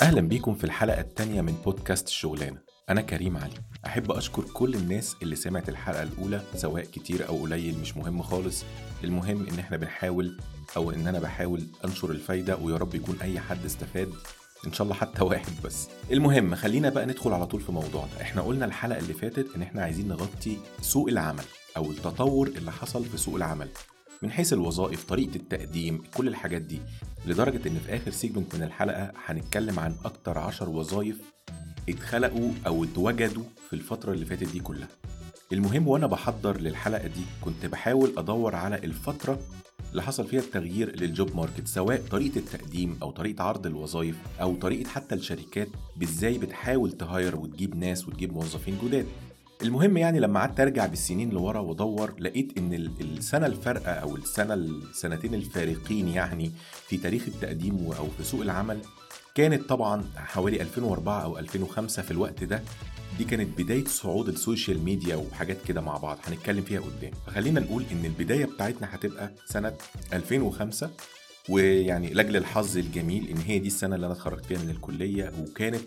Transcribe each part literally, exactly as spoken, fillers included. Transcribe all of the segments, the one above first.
أهلا بيكم في الحلقة التانية من بودكاست الشغلانة. أنا كريم علي. أحب أشكر كل الناس اللي سمعت الحلقة الأولى، سواء كتير أو قليل مش مهم خالص. المهم إن إحنا بنحاول أو إن أنا بحاول أنشر الفايدة، ويا رب يكون أي حد استفاد، إن شاء الله حتى واحد بس. المهم خلينا بقى ندخل على طول في موضوعنا. إحنا قلنا الحلقة اللي فاتت إن إحنا عايزين نغطي سوق العمل أو التطور اللي حصل في سوق العمل من حيث الوظائف، طريقة التقديم، كل الحاجات دي، لدرجة إن في آخر سيجمنت من الحلقة هنتكلم عن أكتر عشر وظائف اتخلقوا أو اتوجدوا في الفترة اللي فاتت دي كلها. المهم وأنا بحضر للحلقة دي كنت بحاول أدور على الفترة اللي حصل فيها التغيير للجوب ماركت، سواء طريقة التقديم أو طريقة عرض الوظائف أو طريقة حتى الشركات بإزاي بتحاول تهاير وتجيب ناس وتجيب موظفين جداد. المهم يعني لما قعدت ارجع بالسنين لورا وادور، لقيت ان السنه الفارقه او السنه السنتين الفارقين يعني في تاريخ التقديم او في سوق العمل كانت طبعا حوالي ألفين وأربعة او ألفين وخمسة. في الوقت ده دي كانت بدايه صعود السوشيال ميديا وحاجات كده مع بعض هنتكلم فيها قدام. فخلينا نقول ان البدايه بتاعتنا هتبقى سنه ألفين وخمسة، ويعني لاجل الحظ الجميل ان هي دي السنه اللي انا اتخرجت فيها من الكليه، وكانت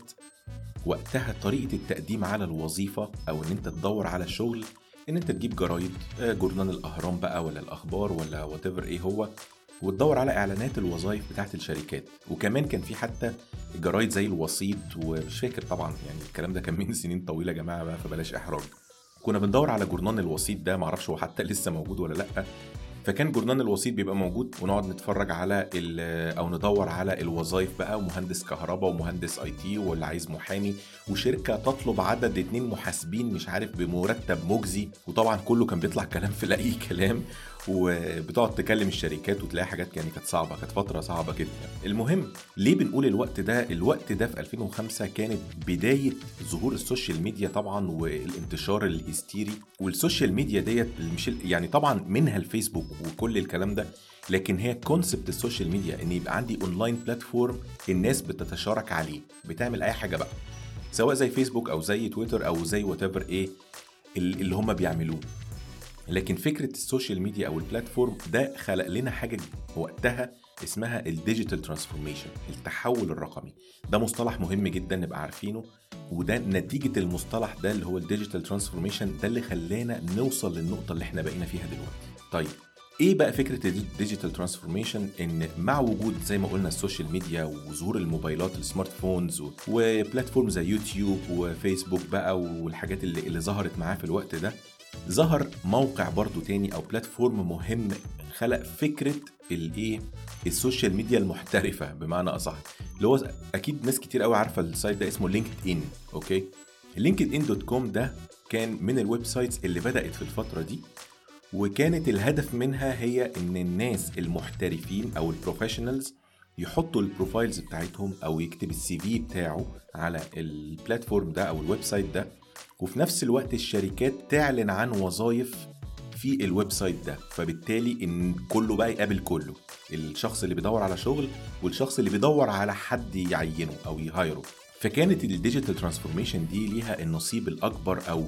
وقتها طريقة التقديم على الوظيفة أو إن أنت تدور على شغل إن أنت تجيب جرايد، جورنال الأهرام بقى ولا الأخبار ولا whatever إيه هو، وتدور على إعلانات الوظائف بتاعت الشركات. وكمان كان في حتى جرايد زي الوسيط، ومش فاكر طبعا يعني الكلام ده كان من سنين طويلة يا جماعة بقى فبلاش إحراج. كنا بندور على جورنال الوسيط ده، معرفش هو حتى لسه موجود ولا لأ. فكان جورنال الوسيط بيبقى موجود ونقعد نتفرج على او ندور على الوظائف بقى، ومهندس كهرباء ومهندس اي تي واللي عايز محامي، وشركه تطلب عدد اتنين محاسبين مش عارف بمرتب مجزي. وطبعا كله كان بيطلع كلام في اي كلام، وبتقعد تكلم الشركات وتلاقي حاجات يعني كانت صعبه، كانت فتره صعبه جدا. المهم ليه بنقول الوقت ده؟ الوقت ده في ألفين وخمسة كانت بدايه ظهور السوشيال ميديا طبعا والانتشار الهستيري. والسوشيال ميديا ديت مش يعني طبعا منها الفيسبوك وكل الكلام ده، لكن هي كونسبت السوشيال ميديا ان يبقى عندي اونلاين بلاتفورم الناس بتتشارك عليه، بتعمل اي حاجه بقى، سواء زي فيسبوك او زي تويتر او زي واتيفر ايه اللي هم بيعملوه. لكن فكره السوشيال ميديا او البلاتفورم ده خلق لنا حاجه وقتها اسمها الديجيتال ترانسفورميشن، التحول الرقمي. ده مصطلح مهم جدا نبقى عارفينه، وده نتيجه المصطلح ده اللي هو الديجيتال ترانسفورميشن ده اللي خلانا نوصل للنقطه اللي احنا بقينا فيها دلوقتي. طيب ايه بقى فكره الديجيتال ترانسفورميشن؟ ان مع وجود زي ما قلنا السوشيال ميديا وظهور الموبايلات السمارت فونز وبلاتفورم زي يوتيوب وفيسبوك بقى والحاجات اللي, اللي ظهرت معاه في الوقت ده، ظهر موقع برضو تاني او بلاتفورم مهم خلق فكره الايه السوشيال ميديا المحترفه بمعنى اصح، اللي هو اكيد ناس كتير قوي عارفه السايت ده، اسمه لينكد ان. اوكي، لينكد ان دوت كوم ده كان من الويب سايتس اللي بدات في الفتره دي، وكانت الهدف منها هي ان الناس المحترفين او البروفيشنالز يحطوا البروفايلز بتاعتهم او يكتب السي في بتاعه على البلاتفورم ده او الويب سايت ده، وفي نفس الوقت الشركات تعلن عن وظائف في الويب سايت ده. فبالتالي ان كله بقى يقابل كله، الشخص اللي بيدور على شغل والشخص اللي بيدور على حد يعينه او يهايره. فكانت الديجيتال ترانسفورميشن دي ليها النصيب الاكبر، او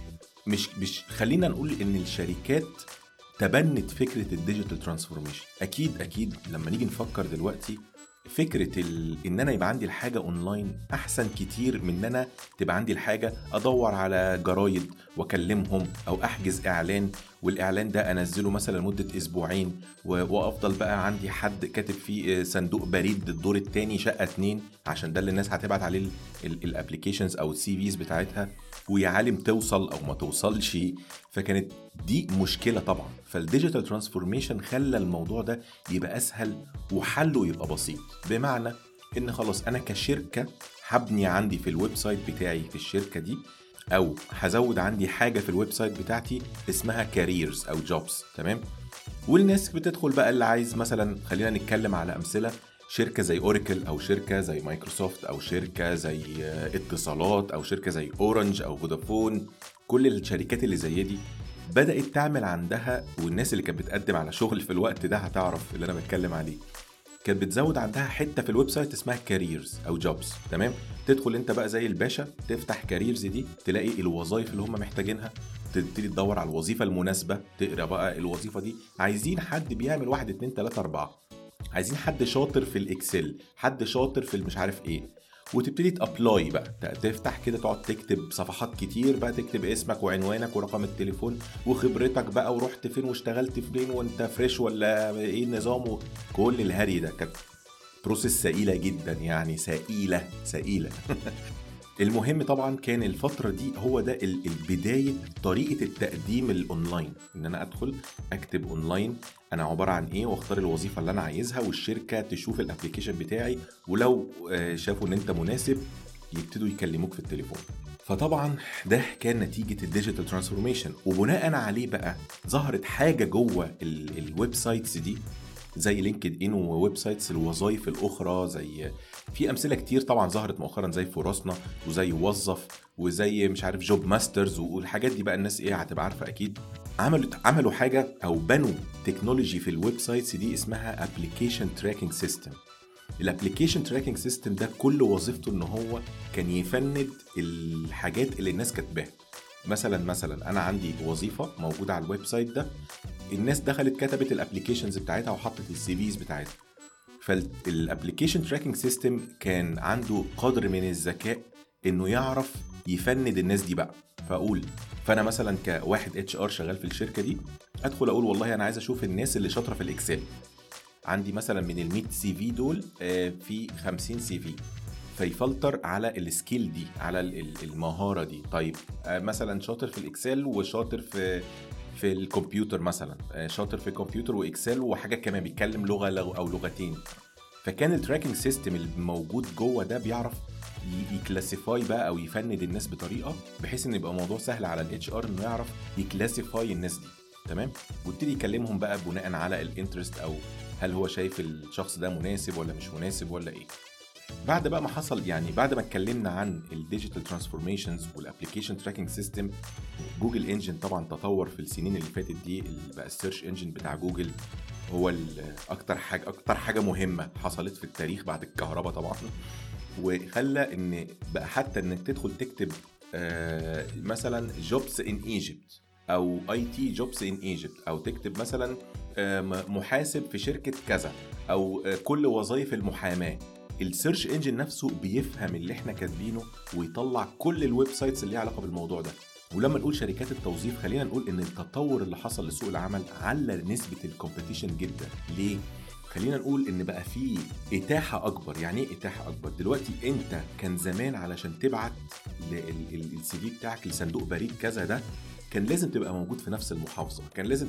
مش مش خلينا نقول ان الشركات تبنت فكرة الديجيتال ترانسفورميشن. اكيد اكيد لما نيجي نفكر دلوقتي فكرة ان انا يبقى عندي الحاجة اونلاين احسن كتير من ان انا تبقى عندي الحاجة ادور على جرايد واكلمهم او احجز اعلان، والاعلان ده انزله مثلا لمدة اسبوعين، وافضل بقى عندي حد كاتب فيه صندوق بريد الدور التاني شقة اتنين عشان ده اللي الناس هتبعت عليه الابليكيشنز او السي فيز بتاعتها، ويا عالم توصل او ما توصلش. فكانت دي مشكلة طبعا. فالديجيتال ترانسفورميشن خلى الموضوع ده يبقى اسهل وحله يبقى بسيط، بمعنى ان خلاص انا كشركة هبني عندي في الويب سايت بتاعي في الشركة دي، او هزود عندي حاجة في الويب سايت بتاعتي اسمها كاريرز او جوبز. تمام، والناس بتدخل بقى اللي عايز، مثلا خلينا نتكلم على امثلة، شركة زي أوراكل أو شركة زي مايكروسوفت أو شركة زي اتصالات أو شركة زي أورنج أو فودافون. كل الشركات اللي زي دي بدأت تعمل عندها، والناس اللي كانت بتقدم على شغل في الوقت ده هتعرف اللي أنا بتكلم عليه، كانت بتزود عندها حتة في الويب سايت اسمها كاريرز أو جوبز. تمام، تدخل انت بقى زي الباشا تفتح كاريرز دي، تلاقي الوظائف اللي هم محتاجينها، تبتدي تدور على الوظيفة المناسبة، تقرأ بقى الوظيفة دي عايزين حد بيعمل واحد اتنين تلاتة اربعة، عايزين حد شاطر في الاكسل، حد شاطر في المش عارف ايه، وتبتدي تابلاي بقى، تفتح كده تقعد تكتب صفحات كتير بقى، تكتب اسمك وعنوانك ورقم التليفون وخبرتك بقى ورحت فين واشتغلت فين وانت فريش ولا ايه النظام، وكل الهري ده. كانت بروسيس سئيلة جدا، يعني سئيلة سئيلة. المهم طبعا كان الفترة دي هو ده البداية طريقة التقديم الأونلاين، إن أنا أدخل أكتب أونلاين أنا عبارة عن إيه واختار الوظيفة اللي أنا عايزها، والشركة تشوف الابليكيشن بتاعي، ولو شافوا إن أنت مناسب يبتدوا يكلموك في التليفون. فطبعا ده كان نتيجة الديجيتال ترانسفورميشن، وبناء عليه بقى ظهرت حاجة جوه الويب سايتس دي زي لينكد ان وويب سايتس الوظائف الاخرى، زي في امثله كتير طبعا ظهرت مؤخرا زي فرصنا وزي وظف وزي مش عارف جوب ماسترز، والحاجات دي بقى الناس ايه هتبقى عارفه اكيد. عملوا عملوا حاجه او بنوا تكنولوجي في الويب سايتس دي اسمها ابلكيشن تراكنج سيستم. الابلكيشن تراكنج سيستم ده كل وظيفته ان هو كان يفند الحاجات اللي الناس كاتباها. مثلا مثلا انا عندي وظيفه موجوده على الويب سايت ده، الناس دخلت كتبت الابليكيشنز بتاعتها وحطت السي فيز بتاعتها، فالابليكيشن تراكنج سيستم كان عنده قدر من الذكاء انه يعرف يفند الناس دي بقى. فاقول فانا مثلا كواحد اتش ار شغال في الشركه دي، ادخل اقول والله انا عايز اشوف الناس اللي شاطره في الاكسل، عندي مثلا من ال مية سي في دول في خمسين سي في، فيفلتر على السكيل دي، على المهاره دي. طيب مثلا شاطر في الاكسل وشاطر في في الكمبيوتر، مثلا شاطر في الكمبيوتر واكسل وحاجه كمان بيتكلم لغه او لغتين. فكان التراكنج سيستم الموجود جوه ده بيعرف يكلاسيفاي بقى او يفند الناس بطريقه بحيث ان يبقى الموضوع سهل على الاتش ار انه يعرف يكلاسيفاي الناس دي. تمام، وابتدي يكلمهم بقى بناء على الانترست، او هل هو شايف الشخص ده مناسب ولا مش مناسب ولا ايه. بعد بقى ما حصل، يعني بعد ما اتكلمنا عن الديجيتال ترانسفورميشنز والابلكيشن تراكنج سيستم، جوجل انجن طبعا تطور في السنين اللي فاتت دي، اللي بقى السيرش انجن بتاع جوجل هو اكتر حاجه اكتر حاجه مهمه حصلت في التاريخ بعد الكهرباء طبعا. وخلى ان بقى حتى انك تدخل تكتب آه مثلا جوبس ان ايجيبت او اي تي جوبس ان ايجيبت، او تكتب مثلا آه محاسب في شركه كذا، او آه كل وظائف المحاماه، السيرش انجن نفسه بيفهم اللي احنا كاتبينه ويطلع كل الويب سايتس اللي ليها علاقه بالموضوع ده. ولما نقول شركات التوظيف، خلينا نقول ان التطور اللي حصل لسوق العمل على نسبه الكومبيتيشن جدا. ليه؟ خلينا نقول ان بقى فيه اتاحه اكبر. يعني ايه اتاحه اكبر؟ دلوقتي انت كان زمان علشان تبعت السي في بتاعك لصندوق بريد كذا ده كان لازم تبقى موجود في نفس المحافظه، كان لازم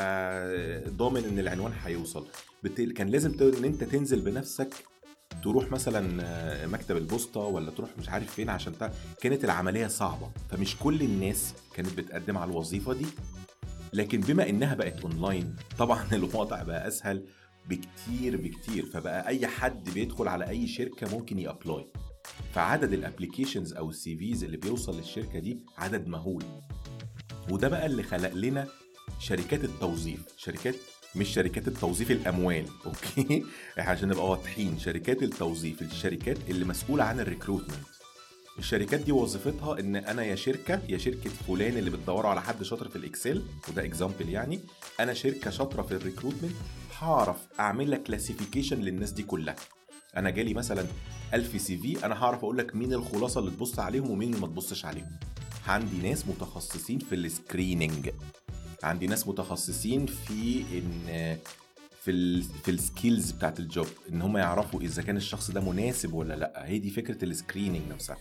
تبقى ضامن ان العنوان هيوصل، كان لازم ان انت تنزل بنفسك تروح مثلا مكتب البوسطة ولا تروح مش عارف فين عشان تا... كانت العملية صعبة، فمش كل الناس كانت بتقدم على الوظيفة دي. لكن بما انها بقت اونلاين طبعا الوضع بقى اسهل بكتير بكتير، فبقى اي حد بيدخل على اي شركة ممكن يابلاي، فعدد الابليكيشنز او السي فيز اللي بيوصل للشركة دي عدد مهول. وده بقى اللي خلق لنا شركات التوظيف، شركات مش شركات التوظيف الاموال، اوكي عشان نبقى واضحين، شركات التوظيف، الشركات اللي مسؤوله عن الريكروتمنت. الشركات دي وظيفتها ان انا يا شركه يا شركه فلان اللي بتدوروا على حد شاطر في الاكسل، وده اكزامبل، يعني انا شركه شاطره في الريكروتمنت هعرف اعمل لك كلاسيفيكيشن للناس دي كلها. انا جالي مثلا ألف سي في، انا هعرف اقول لك مين الخلاصه اللي تبص عليهم ومين اللي ما تبصش عليهم. عندي ناس متخصصين في السكريننج، عندي ناس متخصصين في ان في ال في السكيلز بتاعت الجوب، ان هم يعرفوا اذا كان الشخص ده مناسب ولا لا. هي دي فكره السكريننج نفسها،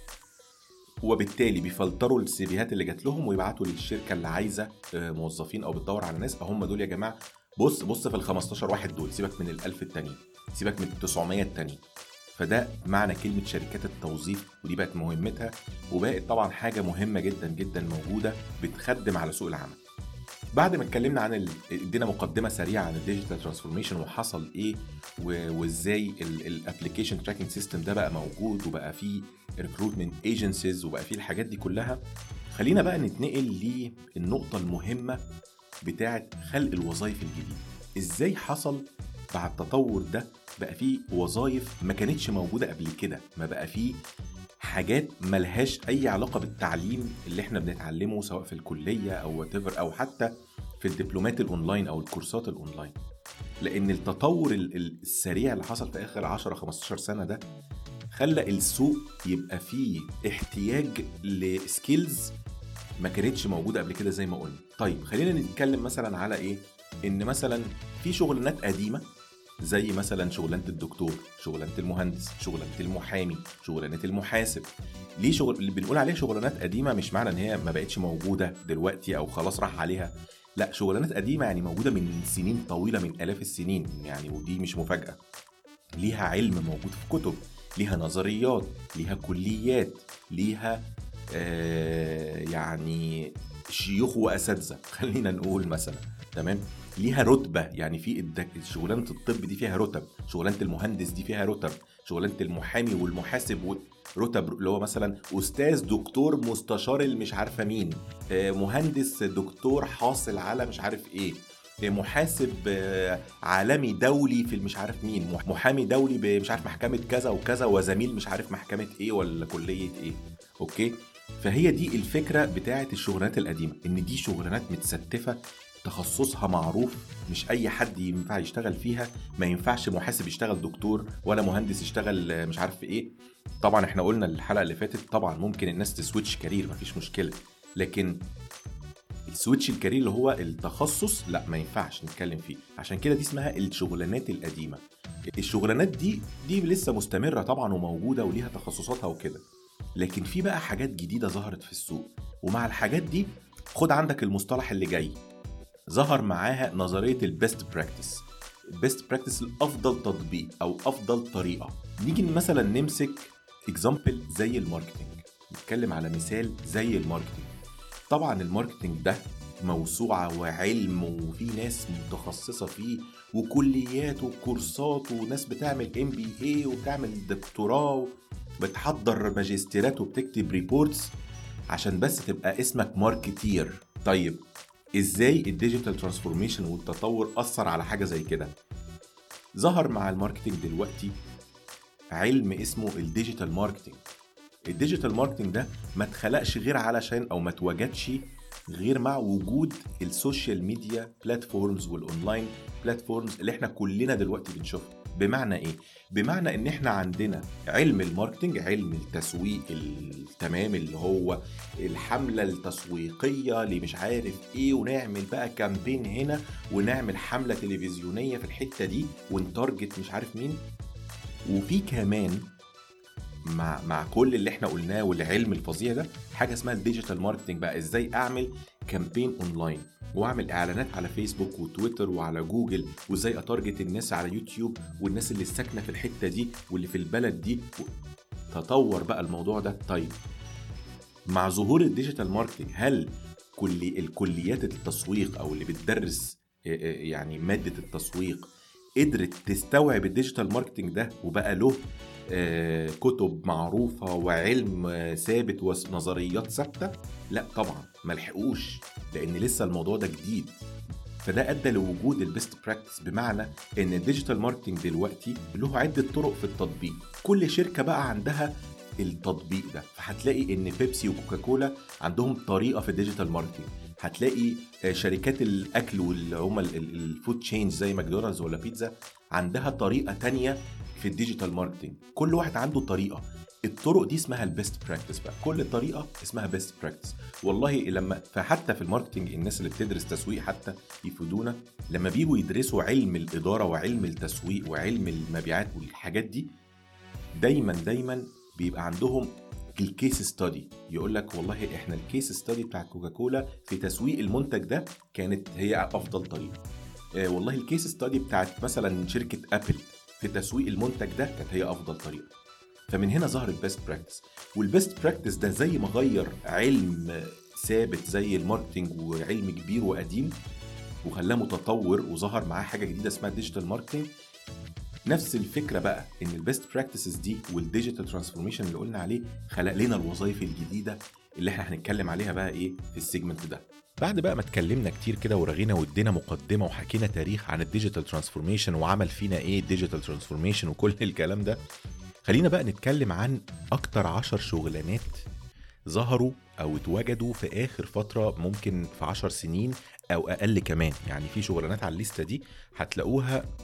وبالتالي بيفلتروا السيفيهات اللي جات لهم ويبعتوا للشركه اللي عايزه موظفين او بتدور على ناس، هم دول يا جماعه، بص بص في ال خمستاشر واحد دول، سيبك من الألف التانيين، سيبك من التسعمية التانيين. فده معنى كلمه شركات التوظيف، ودي بقت مهمتها، وبقت طبعا حاجه مهمه جدا جدا موجوده بتخدم على سوق العمل. بعد ما اتكلمنا عن ال... ادينا مقدمه سريعه عن الديجيتال ترانسفورميشن وحصل ايه و... وازاي الابلكيشن تراكنج سيستم ده بقى موجود وبقى فيه ريكروتمنت ايجنسيز وبقى فيه الحاجات دي كلها، خلينا بقى نتنقل للنقطه المهمه بتاعه خلق الوظائف الجديده. ازاي حصل بعد التطور ده بقى فيه وظائف ما كانتش موجوده قبل كده، ما بقى فيه حاجات ملهاش اي علاقه بالتعليم اللي احنا بنتعلمه سواء في الكليه او whatever، او حتى في الدبلومات الاونلاين او الكورسات الاونلاين. لان التطور السريع اللي حصل في اخر عشرة خمستاشر سنه ده خلى السوق يبقى فيه احتياج لسكيلز ما كانتش موجودة قبل كده زي ما قلنا. طيب خلينا نتكلم مثلا على ايه، ان مثلا في شغلانات قديمة زي مثلا شغلانة الدكتور، شغلانة المهندس، شغلانة المحامي، شغلانة المحاسب. ليه شغل اللي بنقول عليها شغلانات قديمة مش معنى ان هي ما بقتش موجودة دلوقتي او خلاص راح عليها، لا، شغلانات قديمة يعني موجودة من سنين طويلة، من آلاف السنين يعني، ودي مش مفاجأة. ليها علم موجود في كتب، ليها نظريات، ليها كليات، ليها آه يعني شيوخ وأساتذة خلينا نقول مثلا، تمام. ليها رتبة، يعني في شغلانة الطب دي فيها رتب، شغلانة المهندس دي فيها رتب، شغلانة المحامي والمحاسب رتب، اللي هو مثلا أستاذ دكتور مستشار المش عارفة مين، مهندس دكتور حاصل على مش عارف إيه، محاسب عالمي دولي في المش عارف مين، محامي دولي بمش عارف محكمة كذا وكذا، وزميل مش عارف محكمة إيه ولا كلية إيه. أوكي، فهي دي الفكرة بتاعت الشغلانات القديمة، إن دي شغلانات متستفة، تخصصها معروف، مش اي حد ينفع يشتغل فيها. ما ينفعش محاسب يشتغل دكتور، ولا مهندس يشتغل مش عارف ايه. طبعا احنا قلنا الحلقة اللي فاتت طبعا ممكن الناس تسويتش كارير، مفيش مشكلة، لكن السويتش الكارير اللي هو التخصص لا، ما ينفعش نتكلم فيه. عشان كده دي اسمها الشغلانات القديمة. الشغلانات دي دي لسه مستمرة طبعا وموجودة وليها تخصصاتها وكده، لكن في بقى حاجات جديدة ظهرت في السوق. ومع الحاجات دي خد عندك المصطلح اللي جاي، ظهر معاها نظرية البيست براكتس. البيست براكتس الأفضل تطبيق أو أفضل طريقة. نيجي مثلا نمسك اكزامبل زي الماركتينج، نتكلم على مثال زي الماركتينج. طبعا الماركتينج ده موسوعة وعلم، وفي ناس متخصصة فيه، وكليات وكورسات، وناس بتعمل ام بي اي وبتعمل دكتوراه وبتحضر ماجستيرات وبتكتب ريبورتس عشان بس تبقى اسمك ماركتير. طيب ازاي الديجيتال ترانسفورميشن والتطور اثر على حاجه زي كده؟ ظهر مع الماركتينج دلوقتي علم اسمه الديجيتال ماركتينج. الديجيتال ماركتينج ده ما اتخلقش غير علشان، او ما اتوجدش غير مع وجود السوشيال ميديا بلاتفورمز والاونلاين بلاتفورمز اللي احنا كلنا دلوقتي بنشوفها. بمعنى ايه؟ بمعنى ان احنا عندنا علم الماركتينج، علم التسويق التمام، اللي هو الحملة التسويقية اللي مش عارف ايه، ونعمل بقى كامبين هنا، ونعمل حملة تلفزيونية في الحتة دي، ونتارجت مش عارف مين. وفي كمان مع مع كل اللي احنا قلناه والعلم الفظيع ده حاجة اسمها الديجيتال ماركتينج. بقى ازاي اعمل كامبين اونلاين، واعمل اعلانات على فيسبوك وتويتر وعلى جوجل، وازاي اتارجت الناس على يوتيوب، والناس اللي ساكنه في الحته دي واللي في البلد دي. تطور بقى الموضوع ده. طيب مع ظهور الديجيتال ماركتينج، هل كل الكليات التسويق او اللي بتدرس يعني ماده التسويق قدرت تستوعب الديجيتال ماركتينج ده وبقى له كتب معروفة وعلم ثابت ونظريات ثابتة؟ لا طبعا، ملحقوش، لأن لسه الموضوع ده جديد. فده أدى لوجود البيست براكتس، بمعنى إن الديجيتال ماركتينج دلوقتي له عدة طرق في التطبيق. كل شركة بقى عندها التطبيق ده. فهتلاقي إن بيبسي وكوكاكولا عندهم طريقة في الديجيتال ماركتينج، هتلاقي شركات الأكل واللي هم الفود تشينز زي ماكدونالدز ولا بيتزا عندها طريقة تانية في الديجيتال ماركتينج. كل واحد عنده طريقة. الطرق دي اسمها البيست براكتس بقى، كل طريقة اسمها بيست براكتس. والله لما فحتى في الماركتينج الناس اللي بتدرس تسويق حتى يفيدونا، لما بيجوا يدرسوا علم الإدارة وعلم التسويق وعلم المبيعات والحاجات دي، دايما دايما بيبقى عندهم الكيس ستادي. يقول لك والله احنا الكيس ستادي بتاع كوكاكولا في تسويق المنتج ده كانت هي افضل طريقة. اه والله الكيس ستادي بتاعت مثلا شركة ابل في تسويق المنتج ده كانت هي افضل طريقة. فمن هنا ظهر البيست براكتس. والبيست براكتس ده زي ما غير علم ثابت زي الماركتينج وعلم كبير وقديم وخلاه متطور وظهر معاه حاجة جديدة اسمها ديجيتال ماركتينج، نفس الفكرة بقى ان البيست براكتسز دي والديجيتال ترانسفورميشن اللي قلنا عليه خلق لنا الوظائف الجديدة اللي احنا هنتكلم عليها بقى ايه في السيجمنت ده. بعد بقى ما اتكلمنا كتير كده ورغينا وادينا مقدمة وحكينا تاريخ عن الديجيتال ترانسفورميشن وعمل فينا ايه الديجيتال ترانسفورميشن وكل الكلام ده، خلينا بقى نتكلم عن اكتر عشر شغلانات ظهروا او اتوجدوا في اخر فترة، ممكن في عشر سنين او اقل كمان. يعني في شغلانات على الليستة دي هتلاقوها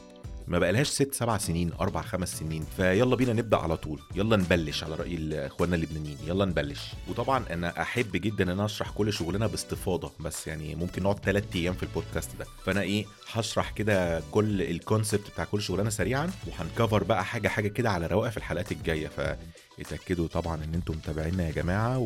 ما بقالهاش ست سبع سنين، اربع خمس سنين. فيلا بينا نبدا على طول، يلا نبلش على راي اخواننا اللبنانيين، يلا نبلش. وطبعا انا احب جدا ان انا اشرح كل شغلنا باستفاضه، بس يعني ممكن نقعد ثلاث ايام في البودكاست ده. فانا ايه هشرح كده كل الكونسبت بتاع كل شغلنا سريعا، وهنكفر بقى حاجه حاجه كده على رواقه في الحلقات الجايه. فاتاكدوا طبعا ان انتم متابعينا يا جماعه،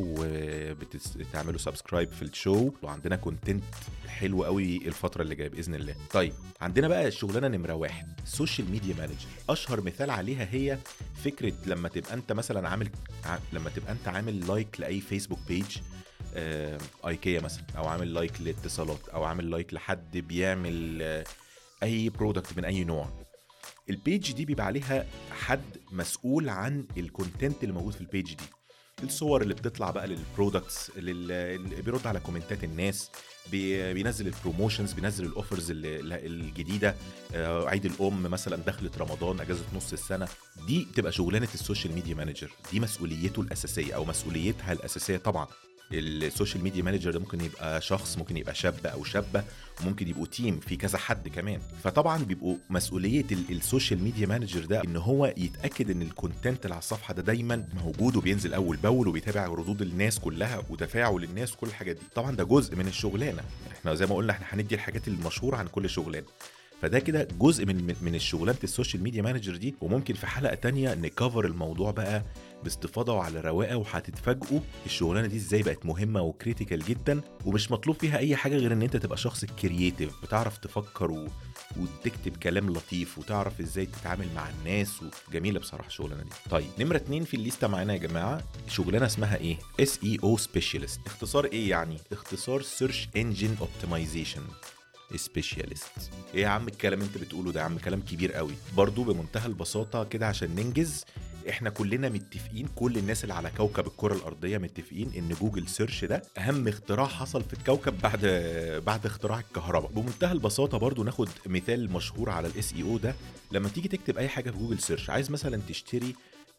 وبتعملوا سبسكرايب في الشو، وعندنا كونتنت حلو قوي الفتره اللي جايه باذن الله. طيب عندنا بقى الشغلانه نمره واحد، السوشيال ميديا مانجر. اشهر مثال عليها هي فكره لما تبقى انت مثلا عامل لما تبقى انت عامل لايك لاي فيسبوك بيج، آه... ايكيا مثلا، او عامل لايك لاتصالات، او عامل لايك لحد بيعمل آه... اي برودكت من اي نوع. البيج دي بيبقى عليها حد مسؤول عن الكونتنت اللي موجود في البيج دي، الصور اللي بتطلع بقى للبرودكتس، اللي بيرد على كومنتات الناس، بينزل البروموشنز، بينزل الاوفرز الجديده، عيد الام مثلا، دخلت رمضان، اجازه نص السنه. دي تبقى شغلانه السوشيال ميديا مانجر، دي مسؤوليته الاساسيه او مسؤوليتها الاساسيه. طبعا السوشيال ميديا مانجر ده ممكن يبقى شخص، ممكن يبقى شاب او شابه، وممكن يبقوا تيم في كذا حد كمان. فطبعا بيبقوا مسؤوليه السوشيال ميديا مانجر ده ان هو يتاكد ان الكونتنت اللي على الصفحه ده دايما موجود وبينزل اول باول، وبيتابع ردود الناس كلها وتفاعل الناس وكل الحاجات دي. طبعا ده جزء من الشغلانه، احنا زي ما قلنا احنا هندي الحاجات المشهوره عن كل شغلانه، فده كده جزء من من الشغلانه السوشيال ميديا مانجر دي. وممكن في حلقه تانية نكفر الموضوع بقى باستفاضه وعلى رواقه، وهتتفاجئوا الشغلانه دي ازاي بقت مهمه وكريتيكال جدا، ومش مطلوب فيها اي حاجه غير ان انت تبقى شخص كرييتيف، بتعرف تفكر و... وتكتب كلام لطيف، وتعرف ازاي تتعامل مع الناس. وجميله بصراحه الشغلانه دي. طيب نمره اتنين في الليسته معانا يا جماعه، شغلانه اسمها ايه؟ اس اي او سبيشالست. اختصار ايه يعني؟ اختصار سيرش انجن اوبتمايزيشن سبيشالست. ايه يا عم الكلام انت بتقوله ده يا عم؟ كلام كبير قوي. برضو بمنتهى البساطه كده عشان ننجز، احنا كلنا متفقين، كل الناس اللي على كوكب الكره الارضيه متفقين ان جوجل سيرش ده اهم اختراع حصل في الكوكب بعد بعد اختراع الكهرباء. بمنتهى البساطه برضو ناخد مثال مشهور على الاس اي او ده. لما تيجي تكتب اي حاجه في جوجل سيرش، عايز مثلا تشتري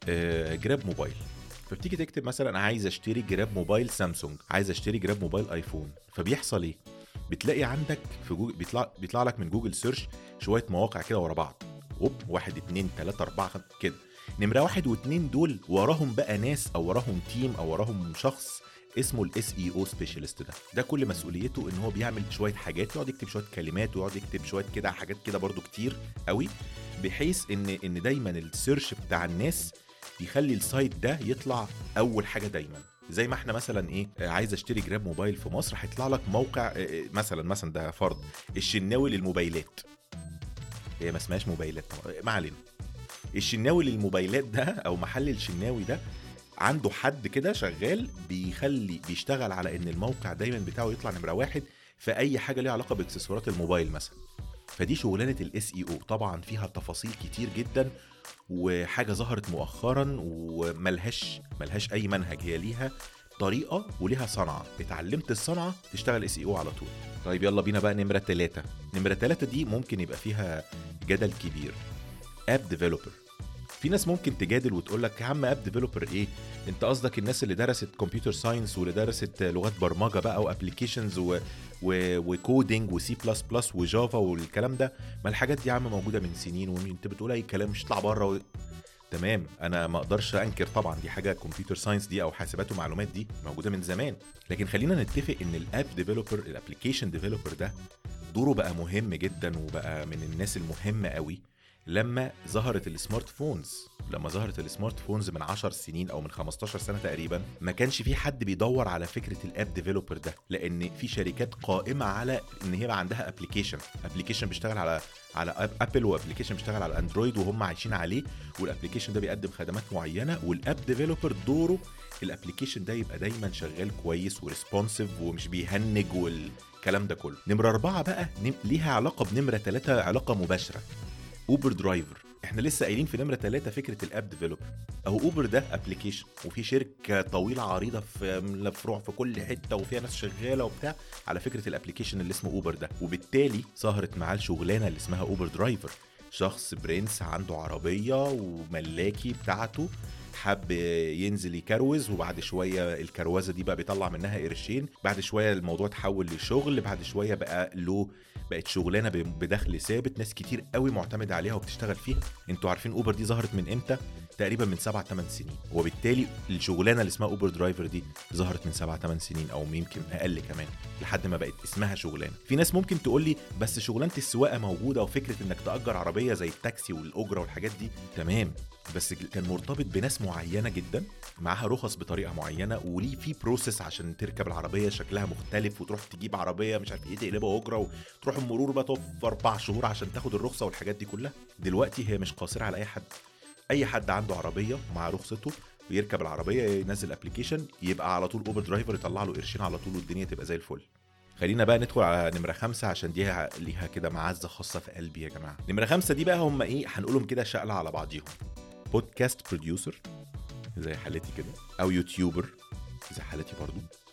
جراب موبايل، فبتيجي تكتب مثلا عايز اشتري جراب موبايل سامسونج، عايز اشتري جراب موبايل ايفون. فبيحصل ايه؟ بتلاقي عندك في جوجل بيطلع بيطلع لك من جوجل سيرش شويه مواقع كده ورا بعض، اوب واحد اتنين تلاته اربعه كده. نمره واحد واتنين دول وراهم بقى ناس، او وراهم تيم، او وراهم شخص اسمه الاس اي او سبيشالست. ده ده كل مسؤوليته ان هو بيعمل شويه حاجات، يقعد يكتب شويه كلمات، ويقعد يكتب شويه كده حاجات كده برضو كتير قوي، بحيث ان ان دايما السيرش بتاع الناس يخلي السايت ده يطلع اول حاجه دايما. زي ما احنا مثلا ايه، عايز اشتري جراب موبايل في مصر، هيطلع لك موقع مثلا مثلا ده فرض الشناوي للموبايلات، هي ما اسمهاش موبايلات طبعا، ما علينا. الشناوي للموبايلات ده او محل الشناوي ده عنده حد كده شغال بيخلي بيشتغل على ان الموقع دايما بتاعه يطلع نمره واحد في اي حاجه ليها علاقه باكسسوارات الموبايل مثلا. فدي شغلانه الاس اي او، طبعا فيها تفاصيل كتير جدا، وحاجه ظهرت مؤخرا وملهاش ملهاش اي منهج، هي ليها طريقه وليها صنعه، اتعلمت الصنعه تشتغل اس اي او على طول. طيب يلا بينا بقى نمره ثلاثة. نمره ثلاثة دي ممكن يبقى فيها جدل كبير، اب ديفلوبر. في ناس ممكن تجادل وتقول لك يا عم اب ديفلوبر ايه؟ انت قصدك الناس اللي درست كمبيوتر ساينس واللي درست لغات برمجه بقى وابلكيشنز و... و... وكودينج وسي بلس بلس وجافا والكلام ده؟ ما الحاجات دي يا عم موجوده من سنين، ومين انت بتقول اي كلام مش طلع بره و... تمام، انا ما اقدرش انكر طبعا دي حاجه، كمبيوتر ساينس دي او حاسبات ومعلومات دي موجوده من زمان. لكن خلينا نتفق ان الاب ديفلوبر، الابلكيشن ديفلوبر ده دوره بقى مهم جدا، وبقى من الناس المهمه قوي لما ظهرت السمارت فونز. لما ظهرت السمارت فونز من عشر سنين او من خمستاشر سنه تقريبا، ما كانش في حد بيدور على فكره الاب ديفلوبر ده، لان في شركات قائمه على ان هي عندها ابلكيشن ابلكيشن بيشتغل على على ابل، وابلكيشن بيشتغل على اندرويد وهم عايشين عليه، والابلكيشن ده بيقدم خدمات معينه. والاب ديفلوبر دوره الابلكيشن ده يبقى دايما شغال كويس وريسبونسيف ومش بيهنج والكلام ده كله. نمره أربعة بقى ليها علاقه بنمره ثلاثة، علاقه مباشره، اوبر درايفر. احنا لسه قايلين في نمره ثلاثة فكره الاب ديفلوبر، اهو اوبر ده ابلكيشن، وفي شركه طويله عريضه في فروع في كل حته، وفيها ناس شغاله وبتاع على فكره الابلكيشن اللي اسمه اوبر ده. وبالتالي ظهرت معاه الشغلانه اللي اسمها اوبر درايفر، شخص برنس عنده عربيه وملاكي بتاعته، حب ينزل يكروز، وبعد شويه الكروزه دي بقى بيطلع منها قرشين، بعد شويه الموضوع تحول لشغل، بعد شويه بقى له بقت شغلانه بدخل ثابت ناس كتير قوي معتمده عليها وبتشتغل فيها. انتوا عارفين اوبر دي ظهرت من امتى؟ تقريبا من سبعة ثمان سنين، وبالتالي الشغلانه اللي اسمها اوبر درايفر دي ظهرت من سبعة ثمان سنين او يمكن اقل كمان، لحد ما بقت اسمها شغلانه. في ناس ممكن تقول لي بس شغلانه السواقه موجوده، وفكره انك تأجر عربيه زي التاكسي والاجره والحاجات دي تمام، بس كان مرتبط بناس معينه جدا معاها رخص بطريقه معينه، وليه في بروسيس عشان تركب العربيه شكلها مختلف، وتروح تجيب عربيه مش عارف ايه تقلبها اجره، وتروح المرور بقى تقف اربع شهور عشان تاخد الرخصه والحاجات دي كلها. دلوقتي هي مش قاصره على اي حد، اي حد عنده عربيه مع رخصته ويركب العربيه ينزل ابلكيشن يبقى على طول اوبر درايفر، يطلع له قرشين على طول والدنيا تبقى زي الفل. خلينا بقى ندخل على نمرة خمسة عشان دي ليها كده معزة خاصة في قلبي يا جماعة. نمرة خمسة دي بقى هم ايه، هنقولهم كده شقلة على بعضيهم. بودكاست بروديوسر زي حالتي كده، او يوتيوبر زي حالتي برضو،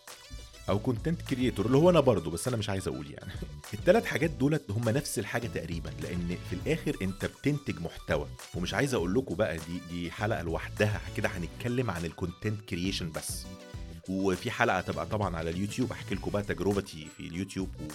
او كونتنت كرييتور اللي هو انا برضو، بس انا مش عايز اقول يعني. الثلاث حاجات دولت هم نفس الحاجة تقريبا، لان في الاخر انت بتنتج محتوى. ومش عايز اقول لكم بقى دي دي حلقة لوحدها كده هنتكلم عن الكونتنت كرييشن بس، وفي حلقة تبقى طبعا على اليوتيوب احكي لكم بقى تجربتي في اليوتيوب و...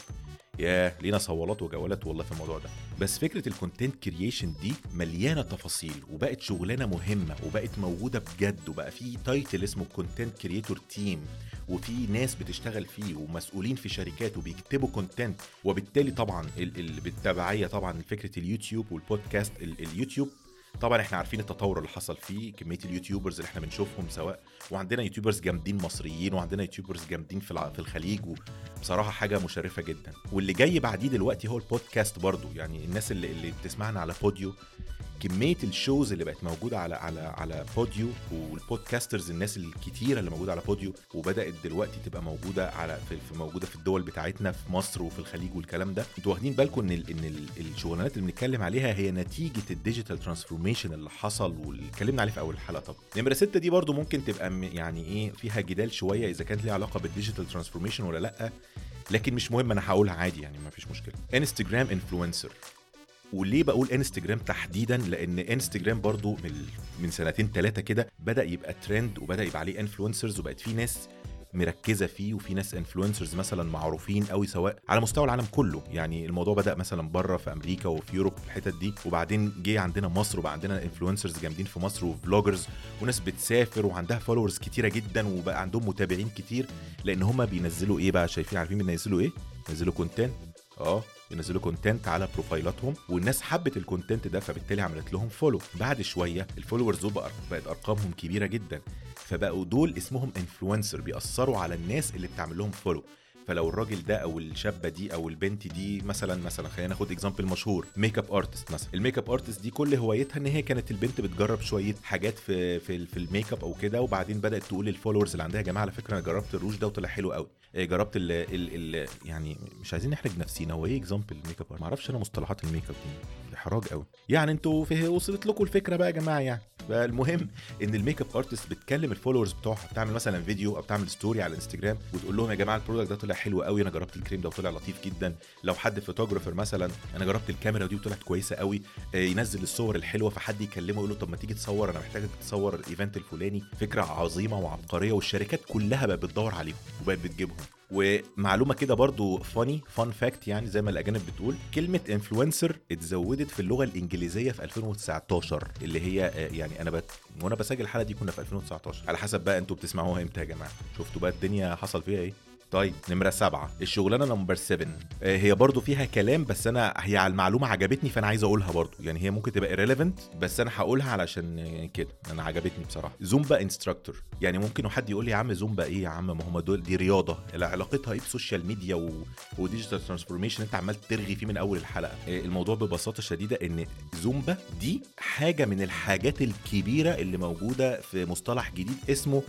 يا لينا صولات وجولات والله في الموضوع ده. بس فكرة الكونتنت كرييشن دي مليانة تفاصيل، وبقت شغلانة مهمة وبقت موجودة بجد، وبقى في تايتل اسمه كونتنت كرييتور تيم، وفي ناس بتشتغل فيه ومسؤولين في شركات وبيكتبوا كونتنت. وبالتالي طبعا اللي بالتبعية طبعا فكرة اليوتيوب والبودكاست. اليوتيوب طبعا احنا عارفين التطور اللي حصل فيه، كمية اليوتيوبرز اللي احنا بنشوفهم، سواء وعندنا يوتيوبرز جامدين مصريين وعندنا يوتيوبرز جامدين في في الخليج، وبصراحة حاجة مشرفة جدا. واللي جاي بعديه دلوقتي هو البودكاست برضو، يعني الناس اللي, اللي بتسمعنا على بوديو، كمية الشوز اللي بقت موجودة على على على بوديو، والبودكاسترز الناس الكتيرة اللي موجودة على بوديو، وبدأت دلوقتي تبقى موجودة على في, في موجودة في الدول بتاعتنا في مصر وفي الخليج والكلام ده. انتوا واخدين بالكم ان ال ان الشغلانات اللي بنتكلم عليها هي نتيجة الديجيتال ترانسفورميشن اللي حصل واللي اتكلمنا عليه في اول الحلقة. طب نمرة ستة دي برضو ممكن تبقى يعني ايه فيها جدال شوية اذا كانت ليها علاقة بالديجيتال ترانسفورميشن ولا لا، لكن مش مهم، انا هقولها عادي يعني ما فيش مشكلة. انستجرام انفلونسر. وليه بقول انستجرام تحديدا؟ لان انستجرام برضو من من سنتين ثلاثه كده بدا يبقى ترند، وبدا يبقى عليه انفلونسرز، وبقت في ناس مركزه فيه، وفي ناس انفلونسرز مثلا معروفين قوي سواء على مستوى العالم كله. يعني الموضوع بدا مثلا بره في امريكا وفي يوروب في الحتت دي، وبعدين جه عندنا مصر وبقى عندنا انفلونسرز جامدين في مصر وفلوجرز وناس بتسافر وعندها فولورز كتيره جدا وبقى عندهم متابعين كتير، لان هم بينزلوا ايه بقى؟ شايفين عارفين بينزلوا ايه؟ بينزلوا كونتنت، اه ينزلوا كونتنت على بروفايلاتهم، والناس حبت الكونتنت ده فبالتالي عملت لهم فولو. بعد شويه الفولورز بقى بقت ارقامهم كبيره جدا، فبقوا دول اسمهم انفلونسر، بيأثروا على الناس اللي بتعمل لهم فولو. فلو الراجل ده او الشابه دي او البنت دي مثلا مثلا خلينا ناخد اكزامبل مشهور، ميك اب ارتست مثلا. الميك اب ارتست دي كل هوايتها ان هي كانت البنت بتجرب شويه حاجات في في, في الميك اب او كده، وبعدين بدات تقول للفولورز اللي عندها يا جماعه على فكره انا جربت الروج ده وطلع حلو قوي، جربت ال ال ال يعني مش عايزين نحرج نفسينا، هو ايه اكزامبل الميك اب؟ ما اعرفش انا مصطلحات الميك اب دي احراج قوي يعني، انتوا في وصلت لكم الفكره بقى يا جماعه يعني. فالمهم ان الميك اب ارتست بتكلم الفولورز بتوعها، بتعمل مثلا فيديو او بتعمل ستوري على الانستجرام وتقول لهم يا جماعه البرودكت ده طلع حلو قوي، انا جربت الكريم ده وطلع لطيف جدا. لو حد فوتوغرافر مثلا، انا جربت الكاميرا دي وطلعت كويسه قوي، ينزل الصور الحلوه، فحد يكلمه يقول له طب ما تيجي تصور، انا محتاجك تصور الايفنت الفلاني. فكره عظيمه وعبقريه، والشركات كلها بقت بتدور عليهم وبقت بتجيبهم. ومعلومه كده برضو فاني فان فاكت يعني زي ما الاجانب بتقول، كلمه انفلونسر اتزودت في اللغه الانجليزيه في ألفين وتسعتاشر، اللي هي يعني انا بت... وانا بسجل الحلقه دي كنا في ألفين وتسعتاشر، على حسب بقى انتوا بتسمعوها امتى يا جماعه. شفتوا بقى الدنيا حصل فيها ايه. طيب نمرة سبعة، الشغلانة نمبر سبعة، هي برضو فيها كلام بس أنا هي على المعلومة عجبتني فأنا عايز أقولها برضو، يعني هي ممكن تبقى irrelevant بس أنا هقولها علشان كده أنا عجبتني بصراحة. زومبا انستراكتور. يعني ممكن حد يقول لي يا عم زومبا إيه يا عم، ما هم دول دي رياضة، علاقتها إيه بسوشيال ميديا و... وديجيتال ترانسفورميشن أنت عمال ترغي فيه من أول الحلقة. الموضوع ببساطة شديدة إن زومبا دي حاجة من الحاجات الكبيرة اللي موجودة في مصطلح جديد اسمه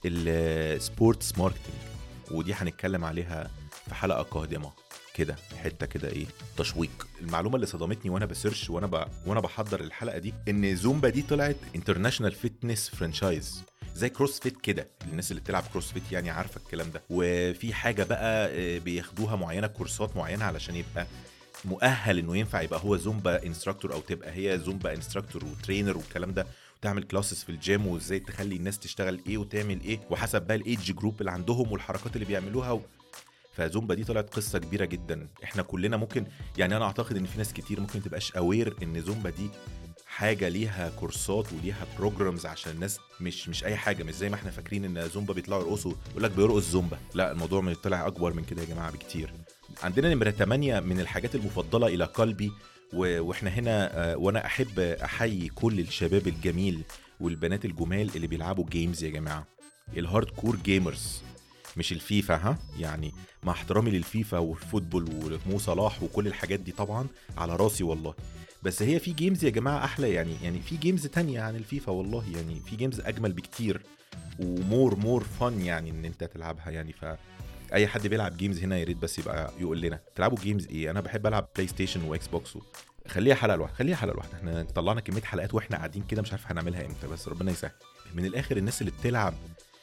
السبورتس ماركتينج، ودي هنتكلم عليها في حلقة قادمة كده، حتة كده ايه تشويق. المعلومة اللي صدمتني وانا بسيرش وانا ب... وانا بحضر الحلقة دي ان زومبا دي طلعت انترناشنال فيتنس فرانشايز زي كروس فيت كده، الناس اللي بتلعب كروس فيت يعني عارفة الكلام ده. وفي حاجة بقى بياخدوها معينة، كورسات معينة علشان يبقى مؤهل انه ينفع يبقى هو زومبا انستراكتور او تبقى هي زومبا انستراكتور وترينر والكلام ده. تعمل كلاسز في الجيم وازاي تخلي الناس تشتغل ايه وتعمل ايه وحسب بقى الايدج جروب اللي عندهم والحركات اللي بيعملوها و... فزومبا دي طلعت قصة كبيرة جدا. احنا كلنا ممكن يعني انا اعتقد ان في ناس كتير ممكن تبقاش اوير ان زومبا دي حاجة ليها كورسات وليها بروجرامز عشان الناس مش مش اي حاجة، مش زي ما احنا فاكرين ان زومبا بيطلعوا يرقصوا يقول لك بيرقص زومبا. لا، الموضوع من طلع اكبر من كده يا جماعة بكتير. عندنا نمرة تمانية من الحاجات المفضلة الى قلبي واحنا هنا، وانا احب احيي كل الشباب الجميل والبنات الجمال اللي بيلعبوا جيمز يا جماعة، الهارد كور جيمرز، مش الفيفا. ها يعني مع احترامي للفيفا والفوتبول ومو صلاح وكل الحاجات دي طبعا على راسي والله، بس هي في جيمز يا جماعة احلى، يعني يعني في جيمز تانية عن الفيفا والله، يعني في جيمز اجمل بكتير ومور مور فن يعني ان انت تلعبها يعني. ف اي حد بيلعب جيمز هنا يا ريت بس يبقى يقول لنا تلعبوا جيمز ايه. انا بحب العب بلاي ستيشن واكس بوكس و... خليها حلقه لوحدها، خليها حلقه لوحدها. احنا طلعنا كميه حلقات واحنا قاعدين كده مش عارف هنعملها امتى، بس ربنا يسهل. من الاخر الناس اللي بتلعب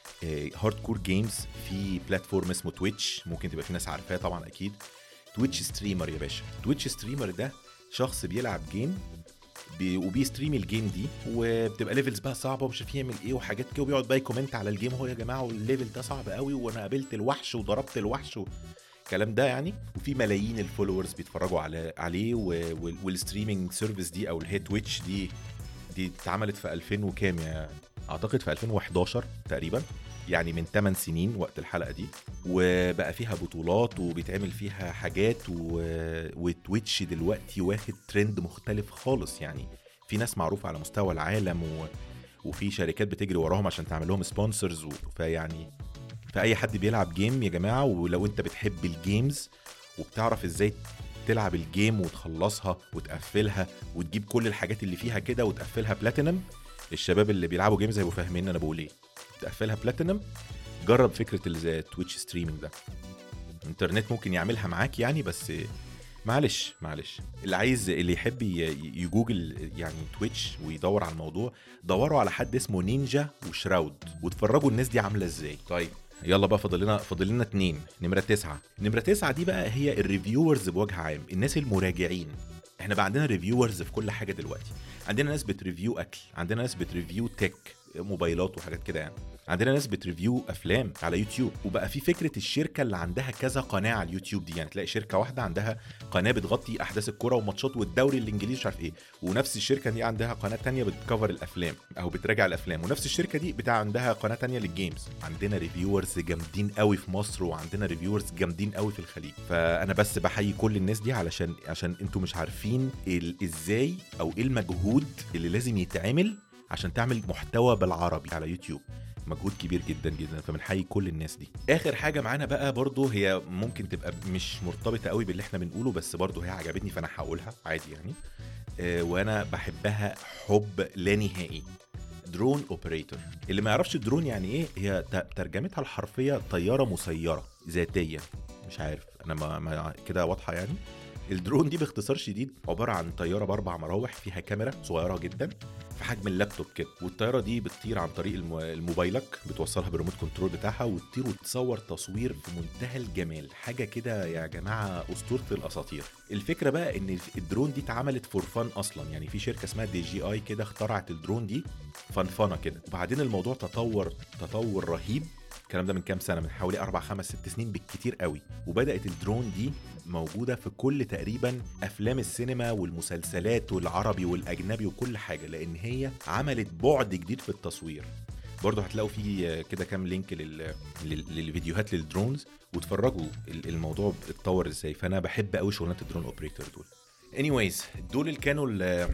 هارد كور جيمز في بلاتفورم اسمه تويتش، ممكن تبقى في ناس عارفاه طبعا اكيد. تويتش ستريمر يا باشا. تويتش ستريمر ده شخص بيلعب جيم بي وبيستريم الجيم دي وبتبقى ليفلز بقى صعبه ومش عارف يعمل ايه وحاجات كده، وبيقعد بقى يكومنت على الجيم هو يا جماعه والليفل ده صعب قوي وانا قابلت الوحش وضربت الوحش والكلام ده يعني. وفي ملايين الفولورز بيتفرجوا على عليه. والستريمينج سيرفيس دي او الهيت تويتش دي دي اتعملت في ألفين وكام يا اعتقد في ألفين وحداشر تقريبا، يعني من ثمانية سنين وقت الحلقه دي، وبقى فيها بطولات وبيتعمل فيها حاجات و... وتويتش دلوقتي واخد ترند مختلف خالص، يعني في ناس معروفه على مستوى العالم و... وفي شركات بتجري وراهم عشان تعمل لهم سبونسرز و... فيعني فاي حد بيلعب جيم يا جماعه، ولو انت بتحب الجيمز وبتعرف ازاي تلعب الجيم وتخلصها وتقفلها وتجيب كل الحاجات اللي فيها كده وتقفلها بلاتينم، الشباب اللي بيلعبوا جيمز هيبقوا فاهمين انا بقول ايه، تقفلها بلاتينم. جرب فكره التويتش ستريمينج ده، الانترنت ممكن يعملها معاك يعني، بس معلش معلش اللي عايز اللي يحب يجوجل يعني تويتش ويدور على الموضوع، دوروا على حد اسمه نينجا وشراود وتفرجوا الناس دي عامله ازاي. طيب يلا بقى فاضل لنا فاضل لنا اتنين. نمره تسعة. نمره تسعة دي بقى هي الريفيورز بوجه عام، الناس المراجعين. احنا بقى عندنا ريفيورز في كل حاجه دلوقتي، عندنا ناس بتريفيو اكل، عندنا ناس بتريفيو تك موبايلات وحاجات كده يعني، عندنا ناس بتريفيو افلام على يوتيوب. وبقى في فكره الشركه اللي عندها كذا قناه على اليوتيوب دي، يعني تلاقي شركه واحده عندها قناه بتغطي احداث الكوره وماتشات والدوري الانجليزي مش عارف ايه، ونفس الشركه دي عندها قناه تانية بتكفر الافلام او بتراجع الافلام، ونفس الشركه دي بتاع عندها قناه تانية للجيمز. عندنا ريفيورز جامدين قوي في مصر وعندنا ريفيورز جامدين قوي في الخليج. فانا بس بحيي كل الناس دي علشان عشان انتوا مش عارفين ازاي او ايه المجهود اللي لازم يتعمل عشان تعمل محتوى بالعربي على يوتيوب، مجهود كبير جدا جدا. فبنحيي كل الناس دي. اخر حاجه معانا بقى برضو هي ممكن تبقى مش مرتبطه قوي باللي احنا بنقوله، بس برضو هي عجبتني فانا هقولها عادي يعني، أه وانا بحبها حب لا نهائي. درون اوبريتور. اللي ما يعرفش الدرون يعني ايه، هي ترجمتها الحرفيه طياره مسيره ذاتيه، مش عارف انا ما, ما كده واضحه يعني. الدرون دي باختصار شديد عباره عن طياره باربع مراوح فيها كاميرا صغيره جدا في حجم اللابتوب كده، والطياره دي بتطير عن طريق الموبايلك، بتوصلها بالريموت كنترول بتاعها وتطير وتصور تصوير في منتهى الجمال، حاجه كده يا جماعه اسطوره الاساطير. الفكره بقى ان الدرون دي اتعملت فور فن اصلا، يعني في شركه اسمها دي جي اي كده اخترعت الدرون دي فنفنه كده، وبعدين الموضوع تطور تطور رهيب. الكلام ده من كام سنه، من حوالي أربع خمس ست سنين بالكتير قوي، وبدات الدرون دي موجوده في كل تقريبا افلام السينما والمسلسلات والعربي والاجنبي وكل حاجه، لان هي عملت بعد جديد في التصوير. برضو هتلاقوا في كده كام لينك لل... للفيديوهات للدرونز وتفرجوا الموضوع اتطور ازاي. فانا بحب قوي شغلانات الدرون اوبريتور دول. anyways دول اللي كانوا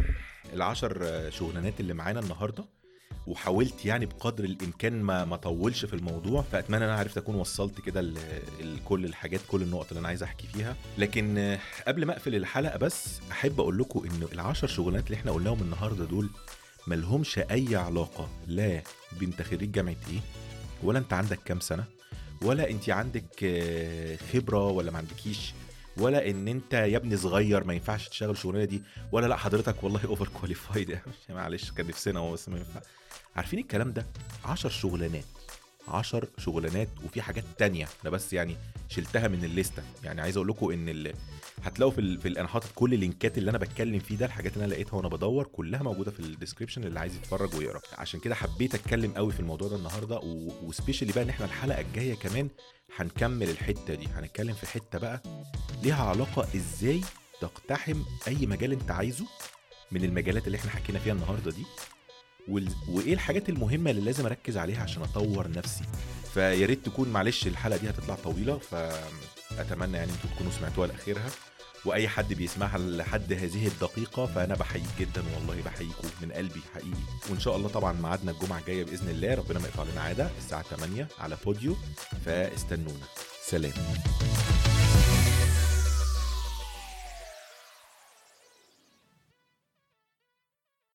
العشر شغلانات اللي معانا النهارده، وحاولت يعني بقدر الامكان ما ما طولش في الموضوع، فاتمنى انا عرفت اكون وصلت كده لكل الحاجات كل النقط اللي انا عايز احكي فيها. لكن قبل ما اقفل الحلقه بس احب اقول لكم ان العشر شغلانات اللي احنا قلناهم النهارده دول ملهمش اي علاقه لا بنت خريج جامعه ايه، ولا انت عندك كام سنه، ولا انت عندك خبره ولا ما عندكيش، ولا ان انت يا ابني صغير ما ينفعش تشتغل الشغلانه دي، ولا لا حضرتك والله اوفر كواليفايد معلش كان نفسنا هو بس ما ينفع. عارفين الكلام ده؟ عشر شغلانات عشر شغلانات وفي حاجات تانية انا بس يعني شلتها من الليستة. يعني عايز اقول لكم ان هتلاقوا في ال... في ال... انا حاطط كل اللينكات اللي انا بتكلم فيه ده، الحاجات اللي انا لقيتها وانا بدور كلها موجوده في الديسكريبشن اللي عايز يتفرج ويقرا. عشان كده حبيت اتكلم قوي في الموضوع ده النهارده، و... وسبيشالي بقى ان احنا الحلقه الجايه كمان هنكمل الحته دي، هنتكلم في حته بقى ليها علاقه ازاي تقتحم اي مجال انت عايزه من المجالات اللي احنا حكينا فيها النهارده دي، وال... وايه الحاجات المهمه اللي لازم اركز عليها عشان اطور نفسي. فيا ريت تكون، معلش الحلقه دي هتطلع طويله، فاتمنى يعني انتوا تكونوا سمعتوها لاخرها، واي حد بيسمعها لحد هذه الدقيقه فانا بحييك جدا والله، بحييكم من قلبي حقيقي. وان شاء الله طبعا ميعادنا الجمعه الجايه باذن الله، ربنا ما يقطع لنا عاده، الساعه ثمانية على بوديو، فاستنونا. سلام.